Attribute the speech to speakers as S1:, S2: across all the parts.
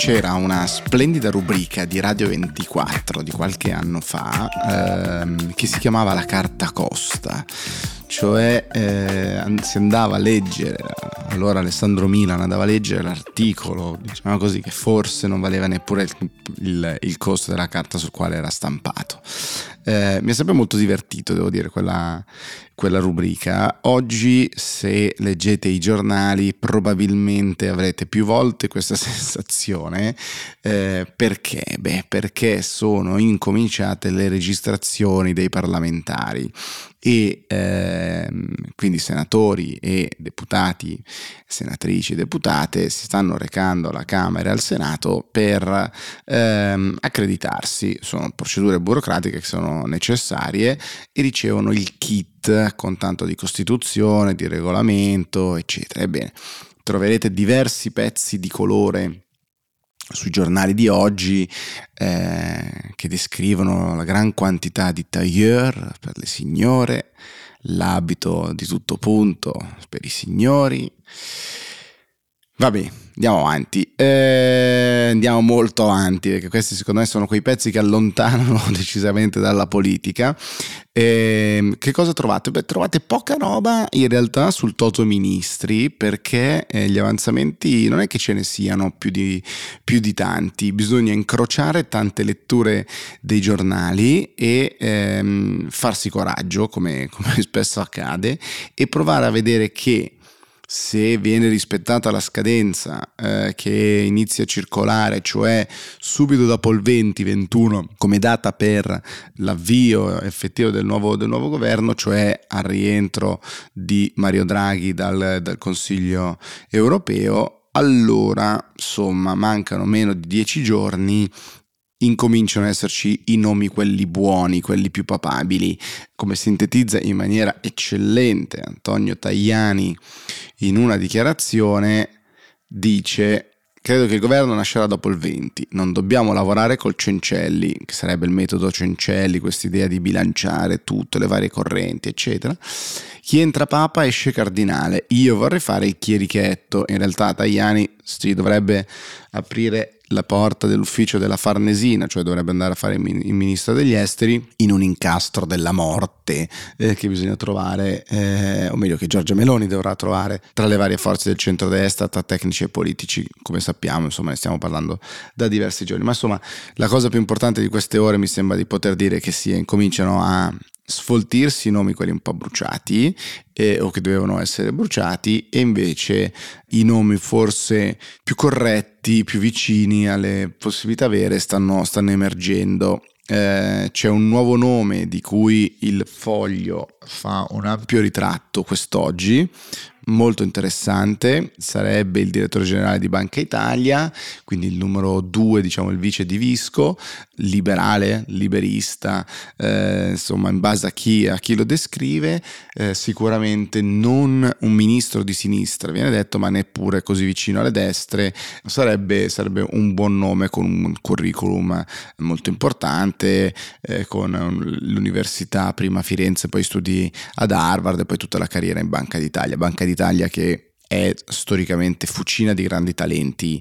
S1: c'era una splendida rubrica di Radio 24 di qualche anno fa che si chiamava La Carta Costa, cioè si andava a leggere, allora Alessandro Milan andava a leggere l'articolo, diciamo così, che forse non valeva neppure il costo della carta sul quale era stampato. Mi è sempre molto divertito, devo dire, quella rubrica. Oggi, se leggete i giornali, probabilmente avrete più volte questa sensazione. Perché? Perché sono incominciate le registrazioni dei parlamentari e quindi senatori e deputati, senatrici e deputate si stanno recando alla Camera e al Senato per accreditarsi. Sono procedure burocratiche che sono necessarie e ricevono il kit con tanto di Costituzione, di regolamento, eccetera. Ebbene, troverete diversi pezzi di colore sui giornali di oggi che descrivono la gran quantità di tailleur per le signore, l'abito di tutto punto per i signori. Vabbè, andiamo avanti, andiamo molto avanti, perché questi secondo me sono quei pezzi che allontanano decisamente dalla politica. Che cosa trovate? Trovate poca roba in realtà sul toto ministri, perché gli avanzamenti non è che ce ne siano più di tanti, bisogna incrociare tante letture dei giornali e farsi coraggio, come spesso accade, e provare a vedere che se viene rispettata la scadenza che inizia a circolare, cioè subito dopo il 20-21 come data per l'avvio effettivo del nuovo governo, cioè al rientro di Mario Draghi dal Consiglio europeo, allora insomma mancano meno di 10 giorni, incominciano ad esserci i nomi, quelli buoni, quelli più papabili, come sintetizza in maniera eccellente Antonio Tajani in una dichiarazione. Dice: credo che il governo nascerà dopo il 20, non dobbiamo lavorare col Cencelli, che sarebbe il metodo Cencelli, quest'idea di bilanciare tutte le varie correnti, eccetera. Chi entra papa esce cardinale, io vorrei fare il chierichetto. In realtà Tajani si dovrebbe aprire la porta dell'ufficio della Farnesina, cioè dovrebbe andare a fare il ministro degli esteri in un incastro della morte che bisogna trovare, o meglio che Giorgia Meloni dovrà trovare tra le varie forze del centrodestra, tra tecnici e politici, come sappiamo, insomma ne stiamo parlando da diversi giorni. Ma insomma la cosa più importante di queste ore mi sembra di poter dire che incominciano a sfoltirsi i nomi, quelli un po' bruciati o che dovevano essere bruciati, e invece i nomi forse più corretti, più vicini alle possibilità vere stanno emergendo. C'è un nuovo nome di cui il Foglio fa un ampio ritratto quest'oggi, molto interessante. Sarebbe il direttore generale di Banca Italia, quindi il numero 2, diciamo il vice di Visco, liberale, liberista, insomma in base a chi lo descrive, sicuramente non un ministro di sinistra viene detto, ma neppure così vicino alle destre. Sarebbe un buon nome, con un curriculum molto importante, con l'università prima a Firenze, poi studi ad Harvard e poi tutta la carriera in Banca d'Italia che è storicamente fucina di grandi talenti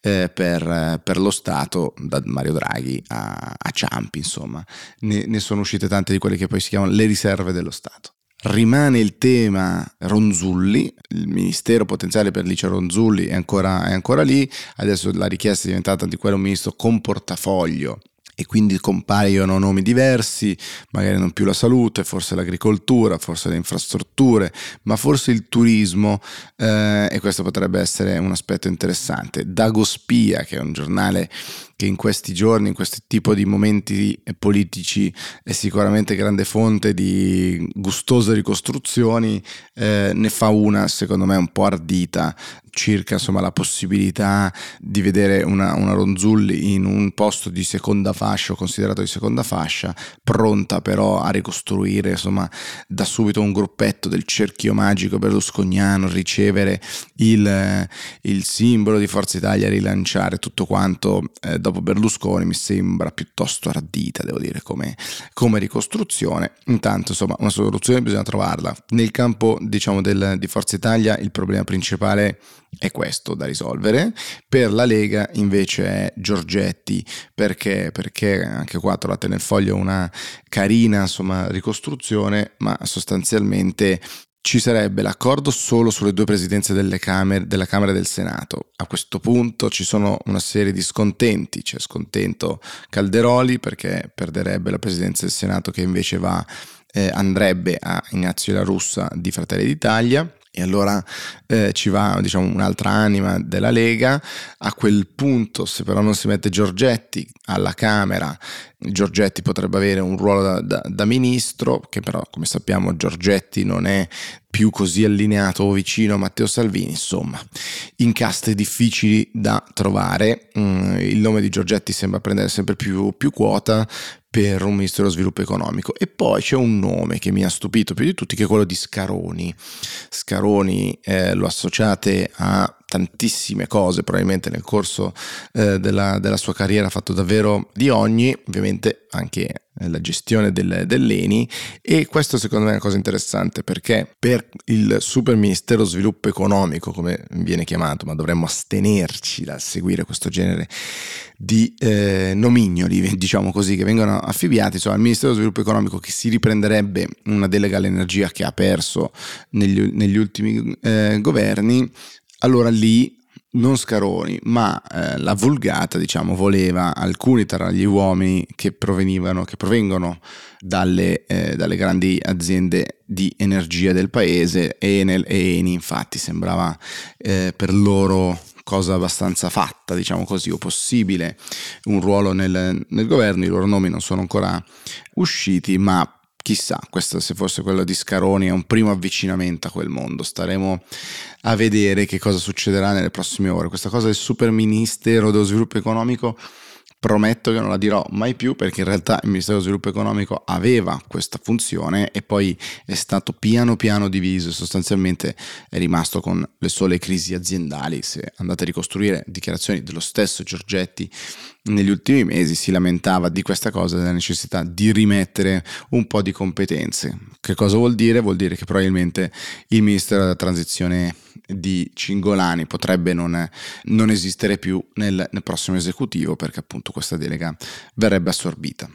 S1: per lo Stato, da Mario Draghi a Ciampi, insomma ne sono uscite tante di quelle che poi si chiamano le riserve dello Stato. Rimane il tema Ronzulli, il ministero potenziale per Licia Ronzulli è ancora lì. Adesso la richiesta è diventata di quello un ministro con portafoglio, e quindi compaiono nomi diversi, magari non più la salute, forse l'agricoltura, forse le infrastrutture, ma forse il turismo, e questo potrebbe essere un aspetto interessante. Dagospia, che è un giornale che in questi giorni, in questo tipo di momenti politici, è sicuramente grande fonte di gustose ricostruzioni, ne fa una secondo me un po' ardita circa insomma la possibilità di vedere una Ronzulli in un posto di seconda fascia, o considerato di seconda fascia, pronta però a ricostruire insomma da subito un gruppetto del cerchio magico berlusconiano, ricevere il simbolo di Forza Italia, rilanciare tutto quanto dopo Berlusconi. Mi sembra piuttosto ardita, devo dire, come ricostruzione. Intanto insomma una soluzione bisogna trovarla. Nel campo diciamo di Forza Italia il problema principale è questo da risolvere. Per la Lega invece è Giorgetti, perché anche qua trovate nel foglio una carina ricostruzione, ma sostanzialmente ci sarebbe l'accordo solo sulle due presidenze della Camera e del Senato. A questo punto ci sono una serie di scontenti, c'è scontento Calderoli perché perderebbe la presidenza del Senato, che invece andrebbe a Ignazio La Russa di Fratelli d'Italia. E allora ci va un'altra anima della Lega. A quel punto, se però non si mette Giorgetti alla Camera, Giorgetti potrebbe avere un ruolo da ministro, che però come sappiamo Giorgetti non è più così allineato o vicino a Matteo Salvini. Insomma, incastri difficili da trovare. Il nome di Giorgetti sembra prendere sempre più quota per un ministro dello sviluppo economico. E poi c'è un nome che mi ha stupito più di tutti, che è quello di Scaroni. Scaroni lo associate a tantissime cose, probabilmente nel corso della sua carriera ha fatto davvero di ogni, ovviamente anche la gestione dell'ENI, e questo secondo me è una cosa interessante, perché per il super ministero sviluppo economico, come viene chiamato, ma dovremmo astenerci dal seguire questo genere di nomignoli, diciamo così, che vengono affibbiati, insomma, al ministero sviluppo economico, che si riprenderebbe una delega all'energia che ha perso negli ultimi governi. Allora lì non Scaroni, ma la Vulgata, voleva alcuni tra gli uomini che provengono dalle grandi aziende di energia del paese. Enel e Eni infatti sembrava per loro cosa abbastanza fatta, così, o possibile un ruolo nel governo. I loro nomi non sono ancora usciti, ma chissà, questo, se fosse quello di Scaroni, è un primo avvicinamento a quel mondo. Staremo a vedere che cosa succederà nelle prossime ore. Questa cosa del super ministero dello sviluppo economico prometto che non la dirò mai più, perché in realtà il Ministero dello Sviluppo Economico aveva questa funzione e poi è stato piano piano diviso e sostanzialmente è rimasto con le sole crisi aziendali. Se andate a ricostruire dichiarazioni dello stesso Giorgetti negli ultimi mesi, si lamentava di questa cosa, della necessità di rimettere un po' di competenze. Che cosa vuol dire? Vuol dire che probabilmente il Ministero della Transizione di Cingolani potrebbe non esistere più nel prossimo esecutivo, perché appunto questa delega verrebbe assorbita.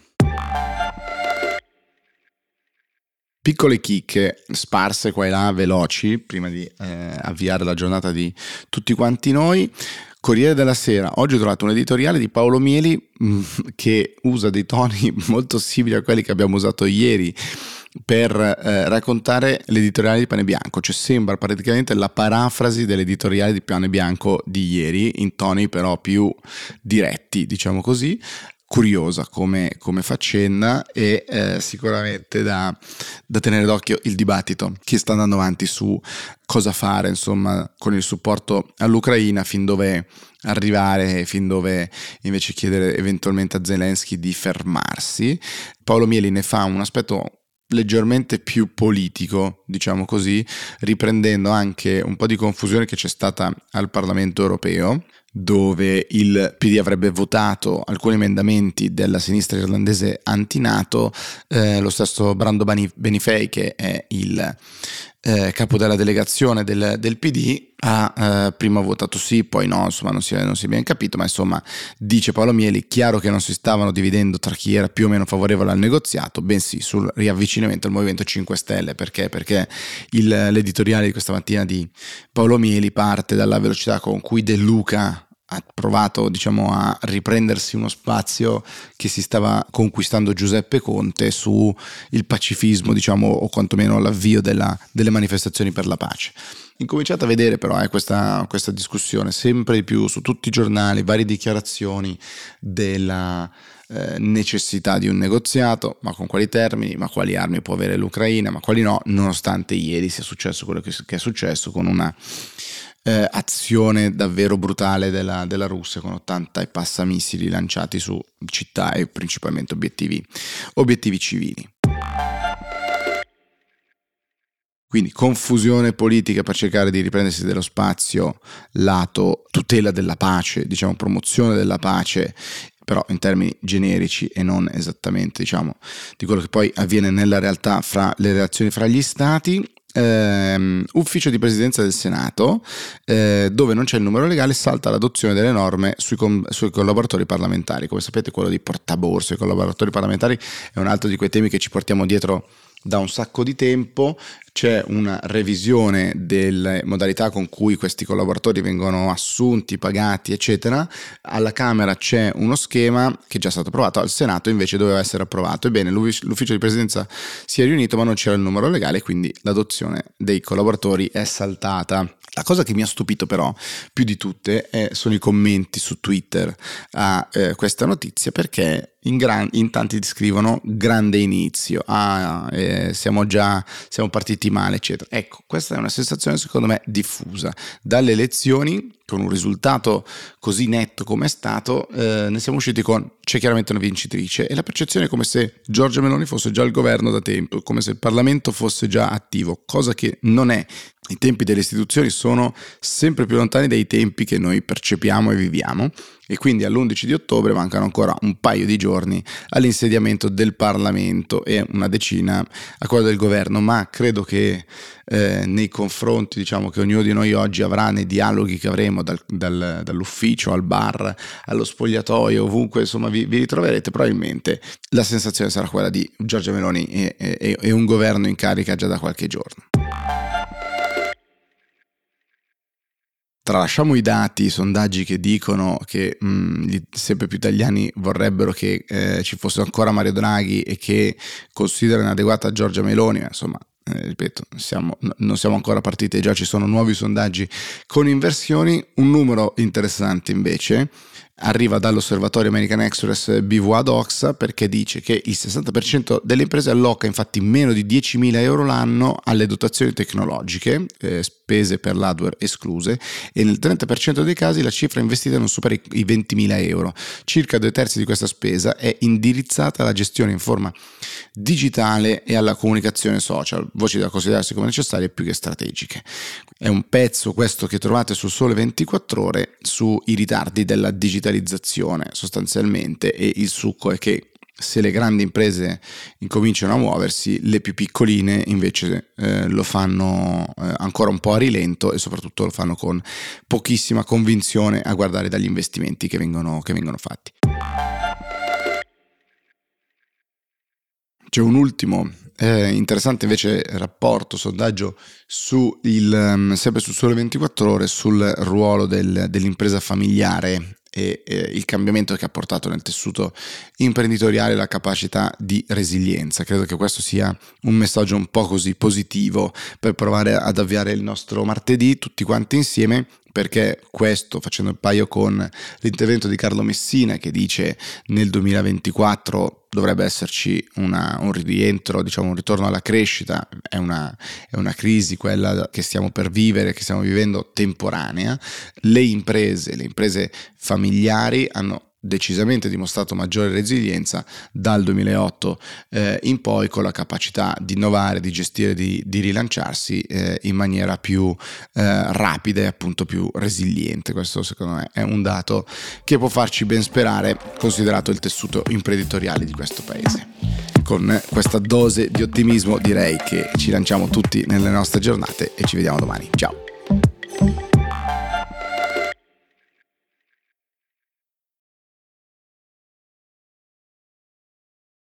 S1: Piccole chicche sparse qua e là, veloci, prima di avviare la giornata di tutti quanti noi. Corriere della Sera, oggi ho trovato un editoriale di Paolo Mieli che usa dei toni molto simili a quelli che abbiamo usato ieri per raccontare l'editoriale di Pane Bianco, cioè sembra praticamente la parafrasi dell'editoriale di Pane Bianco di ieri, in toni però più diretti, diciamo così. Curiosa come faccenda, e sicuramente da tenere d'occhio il dibattito che sta andando avanti su cosa fare, insomma, con il supporto all'Ucraina, fin dove arrivare, fin dove invece chiedere eventualmente a Zelensky di fermarsi. Paolo Mieli ne fa un aspetto leggermente più politico, diciamo così, riprendendo anche un po' di confusione che c'è stata al Parlamento europeo, dove il PD avrebbe votato alcuni emendamenti della sinistra irlandese anti-NATO. Lo stesso Brando Benifei, che è il capo della delegazione del PD, ha prima votato sì, poi no, insomma non si è ben capito, ma insomma, dice Paolo Mieli, chiaro che non si stavano dividendo tra chi era più o meno favorevole al negoziato, bensì sul riavvicinamento al Movimento 5 Stelle. Perché l'editoriale di questa mattina di Paolo Mieli parte dalla velocità con cui De Luca ha provato, a riprendersi uno spazio che si stava conquistando Giuseppe Conte su il pacifismo, o quantomeno l'avvio delle manifestazioni per la pace. Incominciate a vedere però questa discussione sempre di più su tutti i giornali, varie dichiarazioni della necessità di un negoziato, ma con quali termini, ma quali armi può avere l'Ucraina, ma quali no, nonostante ieri sia successo quello che è successo, con una azione davvero brutale della Russia, con 80 e passa missili lanciati su città e principalmente obiettivi civili. Quindi confusione politica per cercare di riprendersi dello spazio lato tutela della pace, promozione della pace, però in termini generici e non esattamente di quello che poi avviene nella realtà fra le relazioni fra gli stati. ufficio di presidenza del Senato, dove non c'è il numero legale, salta l'adozione delle norme sui collaboratori parlamentari. Come sapete, quello di portaborse, i collaboratori parlamentari, è un altro di quei temi che ci portiamo dietro da un sacco di tempo. C'è una revisione delle modalità con cui questi collaboratori vengono assunti, pagati, eccetera. Alla Camera c'è uno schema che è già stato approvato, al Senato invece doveva essere approvato. Ebbene, l'ufficio di presidenza si è riunito, ma non c'era il numero legale, quindi l'adozione dei collaboratori è saltata. La cosa che mi ha stupito però più di tutte sono i commenti su Twitter a questa notizia, perché in tanti scrivono grande inizio, siamo partiti male, eccetera. Ecco, questa è una sensazione secondo me diffusa. Dalle elezioni, con un risultato così netto come è stato, ne siamo usciti c'è chiaramente una vincitrice, e la percezione è come se Giorgia Meloni fosse già al governo da tempo, come se il Parlamento fosse già attivo, cosa che non è. I tempi delle istituzioni sono sempre più lontani dai tempi che noi percepiamo e viviamo, e quindi all'11 di ottobre mancano ancora un paio di giorni all'insediamento del Parlamento e una decina a quello del governo. Ma credo che nei confronti, diciamo, che ognuno di noi oggi avrà, nei dialoghi che avremo dall'ufficio al bar, allo spogliatoio, ovunque insomma vi ritroverete, probabilmente la sensazione sarà quella di Giorgia Meloni e un governo in carica già da qualche giorno. Tralasciamo i dati, i sondaggi che dicono che sempre più italiani vorrebbero che ci fosse ancora Mario Draghi e che considerano inadeguata Giorgia Meloni, ma insomma, ripeto, non siamo ancora partiti, già ci sono nuovi sondaggi con inversioni. Un numero interessante invece arriva dall'osservatorio American Express BVA Doxa, perché dice che il 60% delle imprese alloca infatti meno di 10.000 euro l'anno alle dotazioni tecnologiche, spese per l'hardware escluse, e nel 30% dei casi la cifra investita non supera i 20.000 euro. Circa 2/3 di questa spesa è indirizzata alla gestione in forma digitale e alla comunicazione social, voci da considerarsi come necessarie più che strategiche. È un pezzo questo che trovate sul Sole 24 Ore sui ritardi della digitalizzazione sostanzialmente, e il succo è che se le grandi imprese incominciano a muoversi, le più piccoline invece lo fanno ancora un po' a rilento, e soprattutto lo fanno con pochissima convinzione a guardare dagli investimenti che vengono fatti. C'è un ultimo interessante invece rapporto, sondaggio sempre su Sole 24 Ore, sul ruolo dell'impresa familiare e il cambiamento che ha portato nel tessuto imprenditoriale la capacità di resilienza. Credo che questo sia un messaggio un po' così positivo per provare ad avviare il nostro martedì tutti quanti insieme, perché questo, facendo il paio con l'intervento di Carlo Messina, che dice nel 2024 dovrebbe esserci un rientro, diciamo un ritorno alla crescita, è una crisi quella che stiamo per vivere, che stiamo vivendo, temporanea. Le imprese familiari hanno decisamente dimostrato maggiore resilienza dal 2008 in poi, con la capacità di innovare, di gestire, di rilanciarsi in maniera più rapida e appunto più resiliente. Questo secondo me è un dato che può farci ben sperare, considerato il tessuto imprenditoriale di questo paese. Con questa dose di ottimismo direi che ci lanciamo tutti nelle nostre giornate e ci vediamo domani. Ciao!